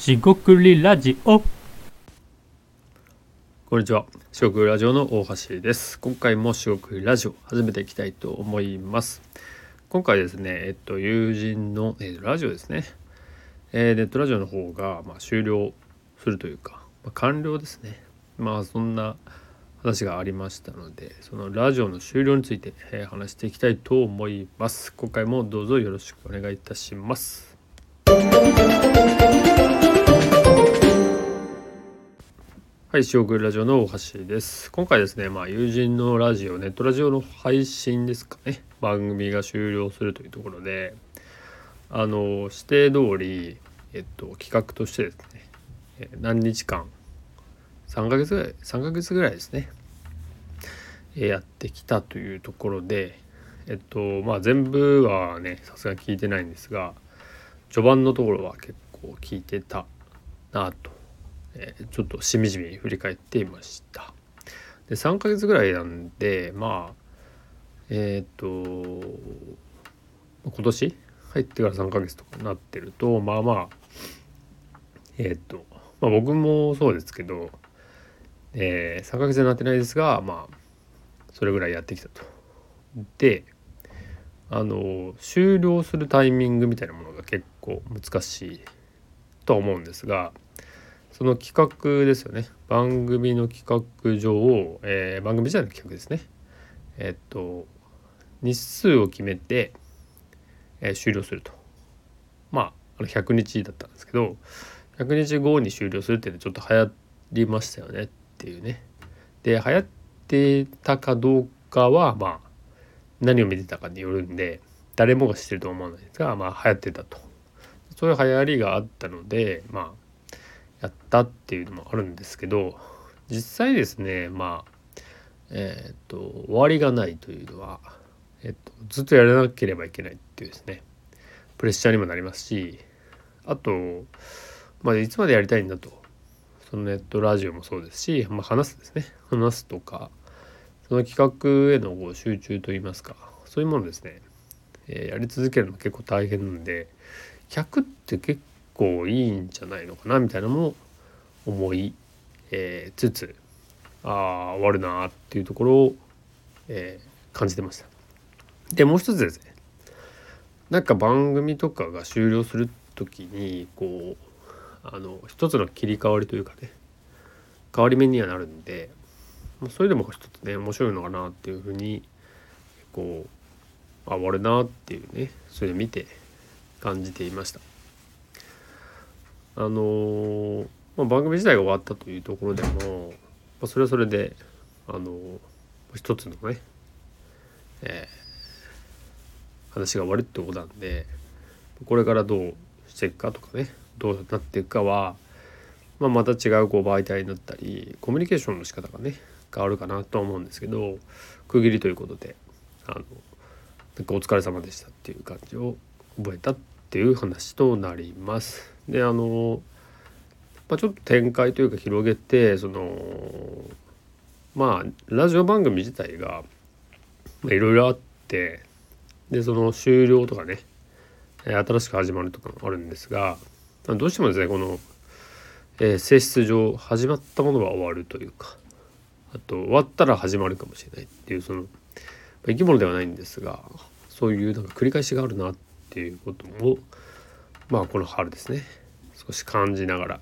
しごくりラジオ。 こんにちは、しごくりラジオの大橋です。今回もしごくりラジオ始めていきたいと思います。今回ですね、友人の、ラジオですね、ネットラジオの方が、終了するというか、完了ですね。そんな話がありましたので、そのラジオの終了について、話していきたいと思います。今回もどうぞよろしくお願いいたします。はい、しごくりラジオの大橋です。今回ですね、友人のラジオ、ネットラジオの配信ですかね、番組が終了するというところで、指定通り、企画としてですね、何日間、3ヶ月ぐらいですね、やってきたというところで、全部はね、さすがに聞いてないんですが、序盤のところは結構聞いてたなと。ちょっとしみじみ振り返っていました。で3ヶ月ぐらいなんで今年入ってから3ヶ月とかになってると僕もそうですけど、3ヶ月になってないですがそれぐらいやってきたと。で終了するタイミングみたいなものが結構難しいとは思うんですが、その企画ですよね。番組の企画上、番組自体の企画ですね。日数を決めて、終了すると。100日だったんですけど、100日後に終了するっていうのはちょっと流行りましたよねっていうね。で、流行ってたかどうかは何を見てたかによるんで、誰もが知ってるとは思わないですが、流行ってたと。そういう流行りがあったので、やったっていうのもあるんですけど、実際ですね終わりがないというのは、ずっとやらなければいけないっていうですね、プレッシャーにもなりますし、あと、いつまでやりたいんだと、そのネットラジオもそうですし、話すとか、その企画への集中といいますか、そういうものですね、やり続けるの結構大変なんで、100って結構いいんじゃないのかなみたいなのも思い、つつ終わるなっていうところを、感じてました。でもう一つですね、番組とかが終了する時に一つの切り替わりというかね、変わり目にはなるんで、それでも一つね面白いのかなっていうふうに終わるなっていうね、それで見て感じていました。番組自体が終わったというところでも、それはそれで一つのね、話が終わるってことなんで、これからどうしていくかとかね、どうなっていくかは、また違う媒体になったり、コミュニケーションの仕方がね変わるかなとは思うんですけど、区切りということでお疲れ様でしたっていう感じを覚えたっていう話となります。でちょっと展開というか広げて、ラジオ番組自体がいろいろあって、でその終了とかね、新しく始まるとかもあるんですが、どうしてもですねこの、性質上始まったものが終わるというか、あと終わったら始まるかもしれないっていう、その生き物ではないんですが、そういう繰り返しがあるなっていうこともこの春ですね少し感じながら、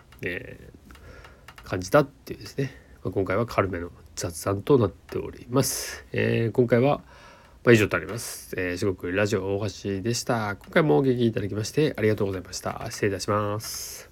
感じたっていうですね、今回は軽めの雑談となっております。今回は以上となります。しごくりラジオ大橋でした。今回もお聞きいただきましてありがとうございました。失礼いたします。